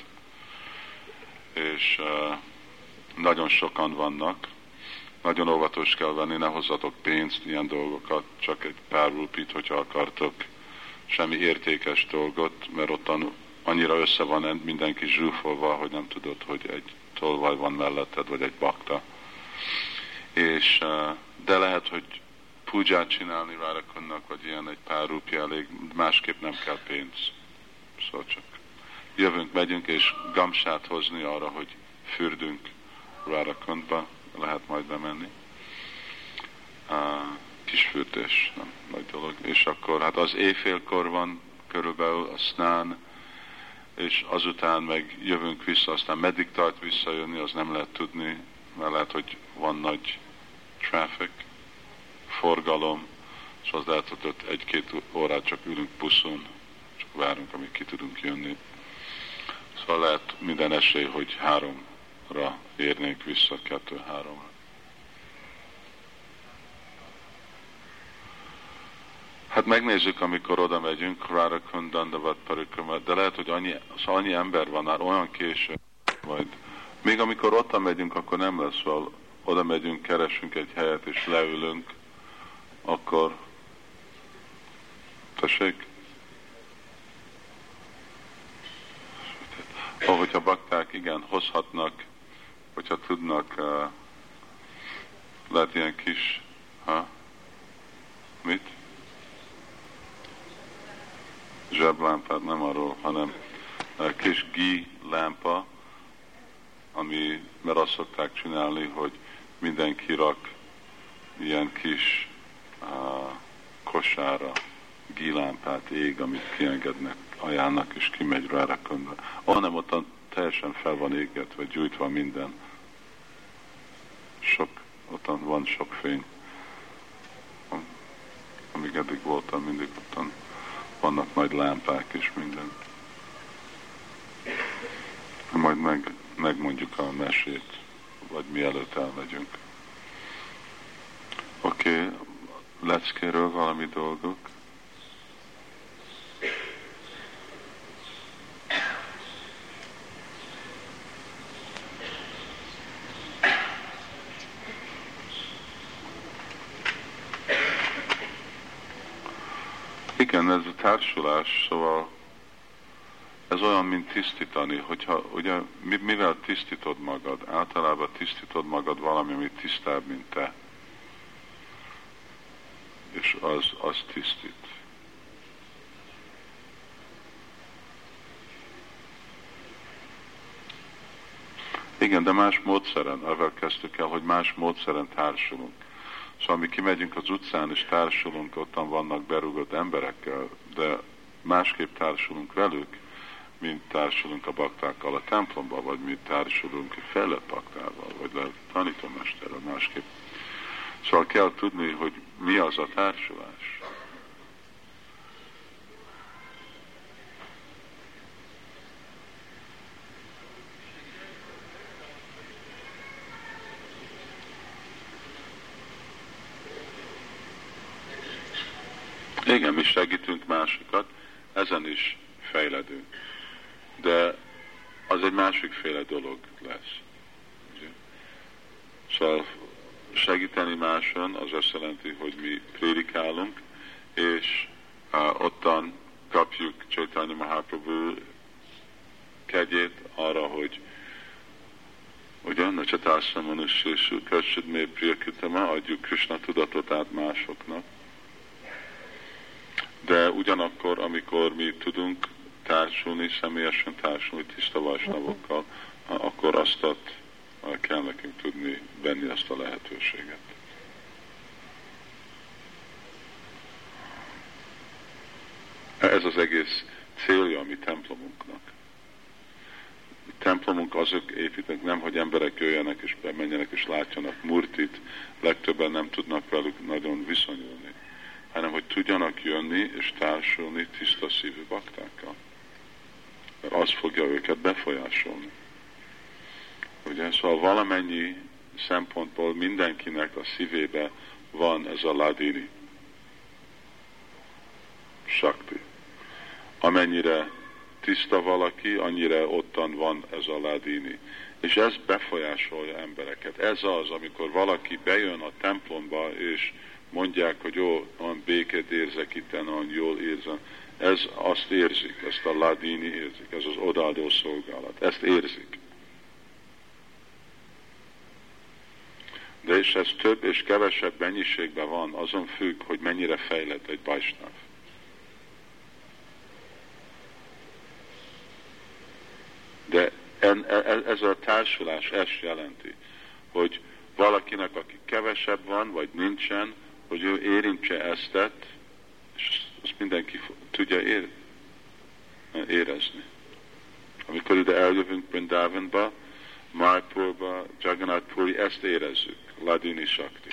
És uh, nagyon sokan vannak, nagyon óvatos kell venni, ne hozzatok pénzt, ilyen dolgokat, csak egy pár rupit, hogyha akartok, semmi értékes dolgot, mert ottan annyira össze van mindenki zsúfolva, hogy nem tudod, hogy egy tolvaj van melletted, vagy egy bakta. És, uh, de lehet, hogy púdzsát csinálni Radhakundnak, vagy ilyen egy pár rupi elég, másképp nem kell pénz. Szóval csak jövünk, megyünk, és gamsát hozni arra, hogy fürdünk Radhakundba, lehet majd bemenni. Uh, kis fürdés, nem nagy dolog. És akkor, hát az éjfélkor van körülbelül a snán, és azután meg jövünk vissza, aztán meddig tart visszajönni, az nem lehet tudni, mert lehet, hogy van nagy traffic, forgalom, és az lehet, hogy ott egy-két órát csak ülünk buszon, csak várunk, amíg ki tudunk jönni. Szóval lehet minden esély, hogy háromra érnénk vissza, kettő-háromra. Hát megnézzük, amikor oda megyünk, Radhakund, Dandavat, Parikrama, de lehet, hogy annyi, szóval annyi ember van már, olyan késő, majd még amikor ott megyünk, akkor nem lesz, szóval oda megyünk, keresünk egy helyet, és leülünk, akkor tessék? Ahogyha bakták, igen, hozhatnak, hogyha tudnak, uh, lehet ilyen kis, ha? Mit? Zseblámpát, nem arról, hanem uh, kis gí lámpa, ami, mert azt szokták csinálni, hogy mindenki rak ilyen kis uh, kosára gílámpát ég, amit kiengednek, ajánlnak, és kimegy Radhakundba. Hanem ott teljesen fel van égetve, gyújtva minden. Sok, ottan van sok fény. Amíg eddig voltam, mindig ottan vannak nagy lámpák és minden. Majd meg, megmondjuk a mesét, vagy mielőtt elmegyünk. Oké, okay, leckéről valami dolgok. Igen, ez a társulás, szóval ez olyan, mint tisztítani, hogyha, ugye, mivel tisztítod magad? Általában tisztítod magad valami, ami tisztább, mint te. És az, az tisztít. Igen, de más módszeren, avval kezdtük el, hogy más módszeren társulunk. Szóval mi kimegyünk az utcán és társulunk, ottan vannak berúgott emberekkel, de másképp társulunk velük, mint társulunk a baktákkal a templomban, vagy mint társulunk a fejlett baktával, vagy lehet tanítómesterrel másképp. Szóval kell tudni, hogy mi az a társulás. Igen, mi segítünk másikat, ezen is fejledünk. De az egy másikféle dolog lesz. Szóval segíteni máson az azt jelenti, hogy mi prédikálunk, és uh, ottan kapjuk Chaitanya Mahaprabhu kegyét arra, hogy ugye, na Csatászra Manussésu Kössöd Priyakritama, adjuk Krishna tudatot át másoknak. De ugyanakkor, amikor mi tudunk társulni, személyesen társulni tiszta vajsnavokkal, akkor azt kell nekünk tudni venni ezt a lehetőséget. Ez az egész célja a mi templomunknak. A templomunk azok építenek, nem, hogy emberek jöjjenek és bemenjenek és látjanak murtit, legtöbben nem tudnak velük nagyon viszonyulni, hanem hogy tudjanak jönni és társulni tiszta szívű baktákkal. Mert az fogja őket befolyásolni. Ugye? Szóval valamennyi szempontból mindenkinek a szívébe van ez a ladini sakti. Amennyire tiszta valaki, annyira ottan van ez a ladini. És ez befolyásolja embereket. Ez az, amikor valaki bejön a templomba, és mondják, hogy jó, olyan békét érzek itten, olyan jól érzem. Ez azt érzik, ezt a ladini érzik, ez az odaadó szolgálat. Ezt érzik. De és ez több és kevesebb mennyiségben van, azon függ, hogy mennyire fejlett egy vajsnáv. De ez a társulás ezt jelenti, hogy valakinek, aki kevesebb van, vagy nincsen, hogy ő érintse eztet, és azt mindenki tudja ér, érezni. Amikor ide eljövünk Vrindavanba, Mayapurba, Jagannath Puri, ezt érezzük, Ladini Shakti.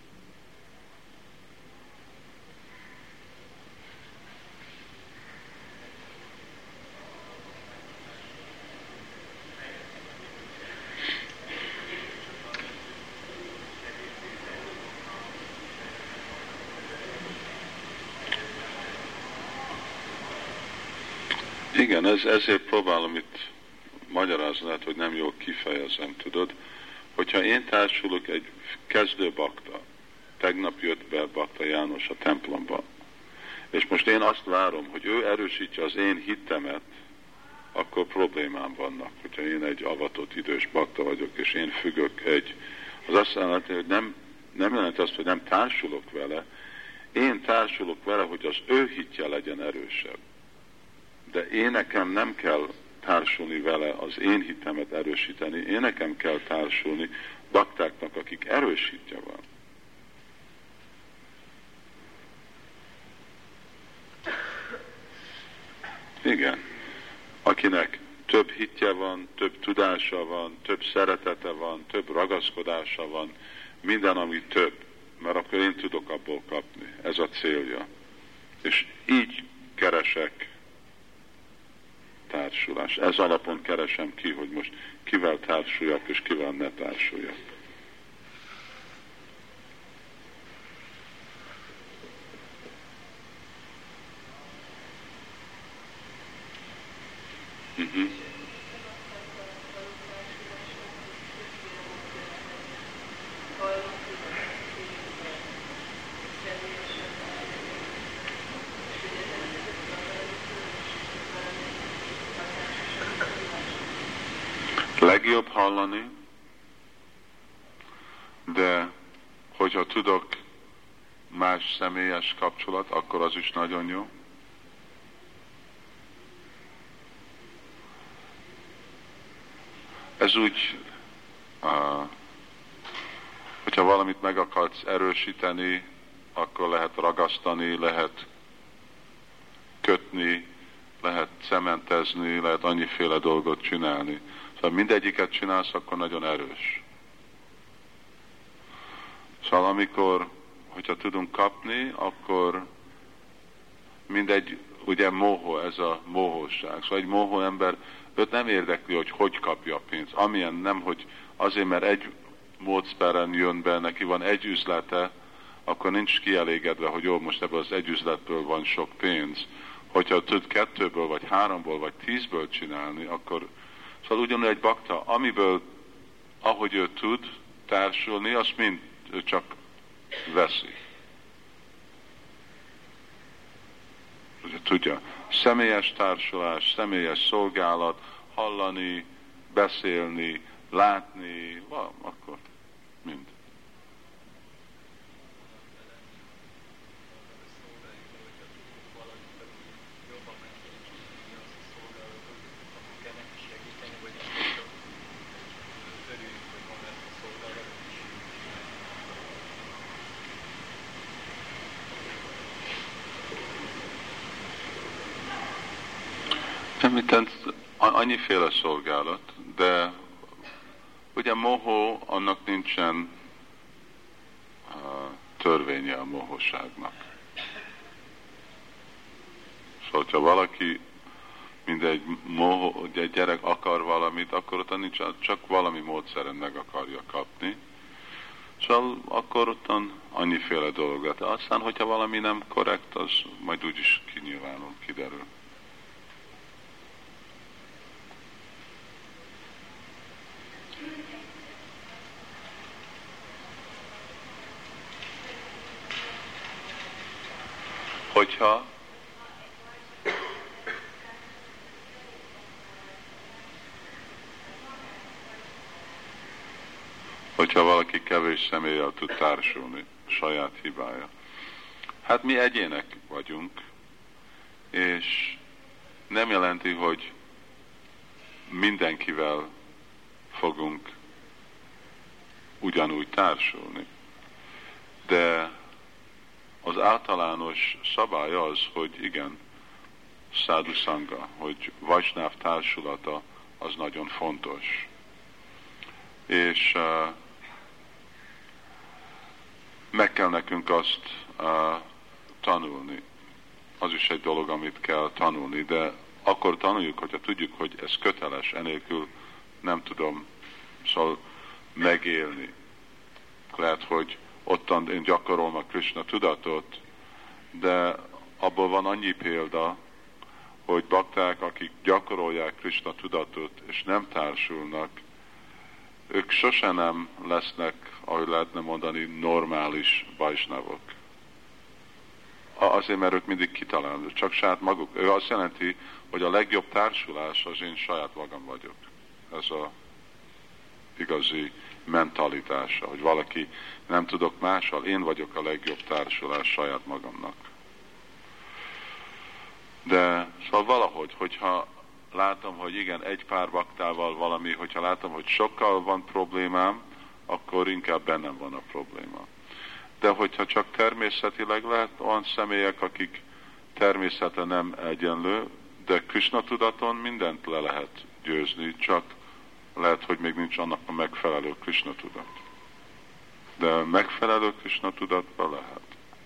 Igen, ez, ezért próbálom itt magyarázni, lehet, hogy nem jól kifejezem, tudod, hogyha én társulok egy kezdő bakta, tegnap jött be Bakta János a templomba, és most én azt várom, hogy ő erősítse az én hittemet, akkor problémám vannak, hogyha én egy avatott idős bakta vagyok, és én függök egy, az azt jelenti, hogy nem, nem jelenti azt, hogy nem társulok vele, én társulok vele, hogy az ő hitje legyen erősebb. De én nekem nem kell társulni vele, az én hitemet erősíteni, én nekem kell társulni baktáknak, akik erős hitje van. Igen. Akinek több hitje van, több tudása van, több szeretete van, több ragaszkodása van, minden, ami több, mert akkor én tudok abból kapni. Ez a célja. És így keresek társulás. Ez alapon keresem ki, hogy most kivel társuljak, és kivel ne társuljak. Uh-huh. Legjobb hallani, de hogyha tudok más személyes kapcsolat, akkor az is nagyon jó. Ez úgy, uh, hogyha valamit meg akarsz erősíteni, akkor lehet ragasztani, lehet kötni, lehet cementezni, lehet annyiféle dolgot csinálni. Szóval mindegyiket csinálsz, akkor nagyon erős. Szóval amikor, hogyha tudunk kapni, akkor mindegy, ugye mohó, ez a mohóság. Szóval egy mohó ember, őt nem érdekli, hogy hogy kapja a pénzt. Amilyen nem, hogy azért, mert egy módszeren jön be, neki van egy üzlete, akkor nincs kielégedve, hogy jó, most ebből az egy üzletből van sok pénz. Hogyha tud kettőből, vagy háromból, vagy tízből csinálni, akkor szóval ugyanúgy egy bakta, amiből, ahogy ő tud társulni, azt mind ő csak veszi. Ugye tudja, személyes társulás, személyes szolgálat, hallani, beszélni, látni, van, akkor mind. Említett annyiféle szolgálat, de ugye mohó, annak nincsen uh, törvénye a mohóságnak. Szóval, ha valaki, mindegy mohó, egy gyerek akar valamit, akkor ott nincs, csak valami módszeren meg akarja kapni. Szóval akkor ottan annyiféle dolog. De aztán, hogyha valami nem korrekt, az majd úgyis kinyilvánul, kiderül. Hogyha hogyha valaki kevés személlyel tud társulni, saját hibája. Hát mi egyének vagyunk, és nem jelenti, hogy mindenkivel fogunk ugyanúgy társulni. De az általános szabály az, hogy igen, szádu szanga, hogy vajsnáv társulata az nagyon fontos. És uh, meg kell nekünk azt uh, tanulni. Az is egy dolog, amit kell tanulni, de akkor tanuljuk, hogyha tudjuk, hogy ez köteles, enélkül nem tudom szóval megélni. Lehet, hogy ottan én gyakorolom a Krishna tudatot, de abból van annyi példa, hogy bakták, akik gyakorolják Krishna tudatot, és nem társulnak, ők sose nem lesznek, ahogy lehetne mondani, normális vajsnavok. Azért, mert ők mindig kitalálnak, csak saját maguk. Ő azt jelenti, hogy a legjobb társulás az én saját magam vagyok. Ez a igazi mentalitása, hogy valaki nem tudok mással, én vagyok a legjobb társulás saját magamnak. De szóval valahogy, hogyha látom, hogy igen, egy pár baktával valami, hogyha látom, hogy sokkal van problémám, akkor inkább bennem van a probléma. De hogyha csak természetileg lehet olyan személyek, akik természete nem egyenlő, de Krishna tudaton mindent le lehet győzni, csak lehet, hogy még nincs annak a megfelelő Krishna tudat. De megfelelő Krishna tudatban lehet.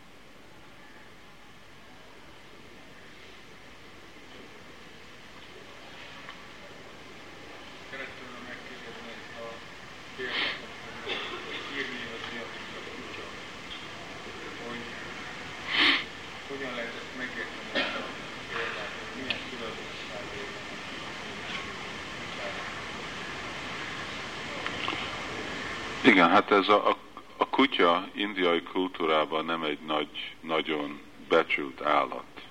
Igen, hát ez a, a, a kutya indiai kultúrában nem egy nagy, nagyon becsült állat.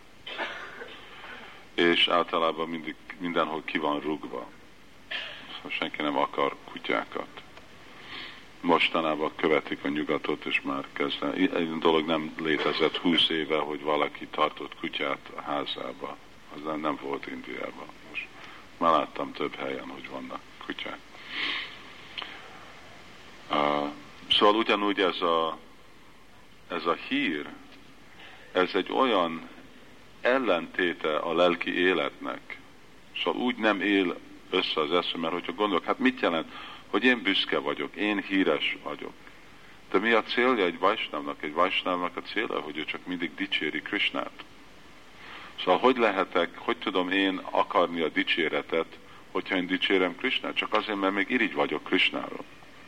És általában mindig, mindenhol ki van rúgva. Szóval senki nem akar kutyákat. Mostanában követik a nyugatot, és már kezdve. Egy dolog nem létezett húsz éve, hogy valaki tartott kutyát a házába. Az nem volt Indiában. Most már láttam több helyen, hogy vannak kutyák. Uh, szóval ugyanúgy ez a, ez a hír, ez egy olyan ellentéte a lelki életnek. Szóval úgy nem él össze az eszem, mert hogyha gondolok, hát mit jelent, hogy én büszke vagyok, én híres vagyok. De mi a célja egy Vajsnávnak? Egy Vajsnávnak a célja, hogy ő csak mindig dicséri Krisnát. Szóval hogy lehetek, hogy tudom én akarni a dicséretet, hogyha én dicsérem Krisnát? Csak azért, mert még irigy vagyok Krisnáról.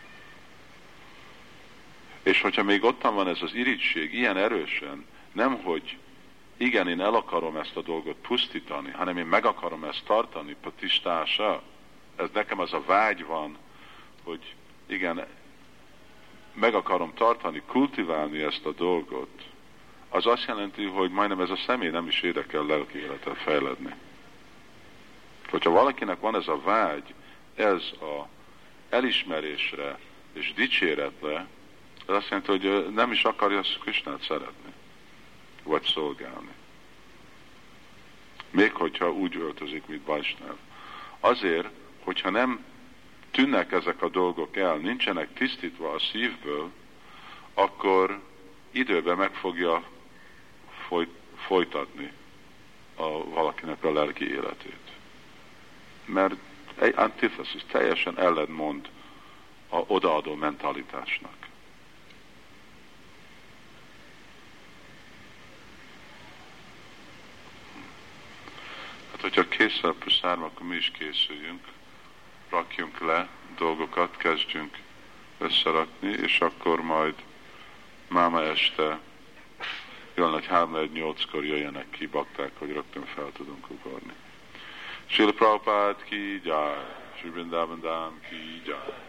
És hogyha még ottan van ez az irigység ilyen erősen, nem hogy igen, én el akarom ezt a dolgot pusztítani, hanem én meg akarom ezt tartani, patistása. Ez nekem az a vágy van, hogy igen, meg akarom tartani, kultiválni ezt a dolgot. Az azt jelenti, hogy majdnem ez a személy nem is érdekel lelki életet fejledni. Hogyha valakinek van ez a vágy, ez a elismerésre és dicséretre, ez azt jelenti, hogy nem is akarja Krisnát szeretni, vagy szolgálni. Még hogyha úgy öltözik, mint Vajsnáv. Azért, hogyha nem tűnnek ezek a dolgok el, nincsenek tisztítva a szívből, akkor időben meg fogja folyt, folytatni a, valakinek a lelki életét. Mert egy antithesis teljesen ellentmond a odaadó mentalitásnak. Hát, hogyha készül a puszárma, akkor mi is készüljünk, rakjunk le dolgokat, kezdjünk összerakni, és akkor majd máma este jön, hogy három nyolckor jöjjenek ki bakták, hogy rögtön fel tudunk ugorni. Srila Prabhupád ki jai, Sri Vrindavan Dham ki jai.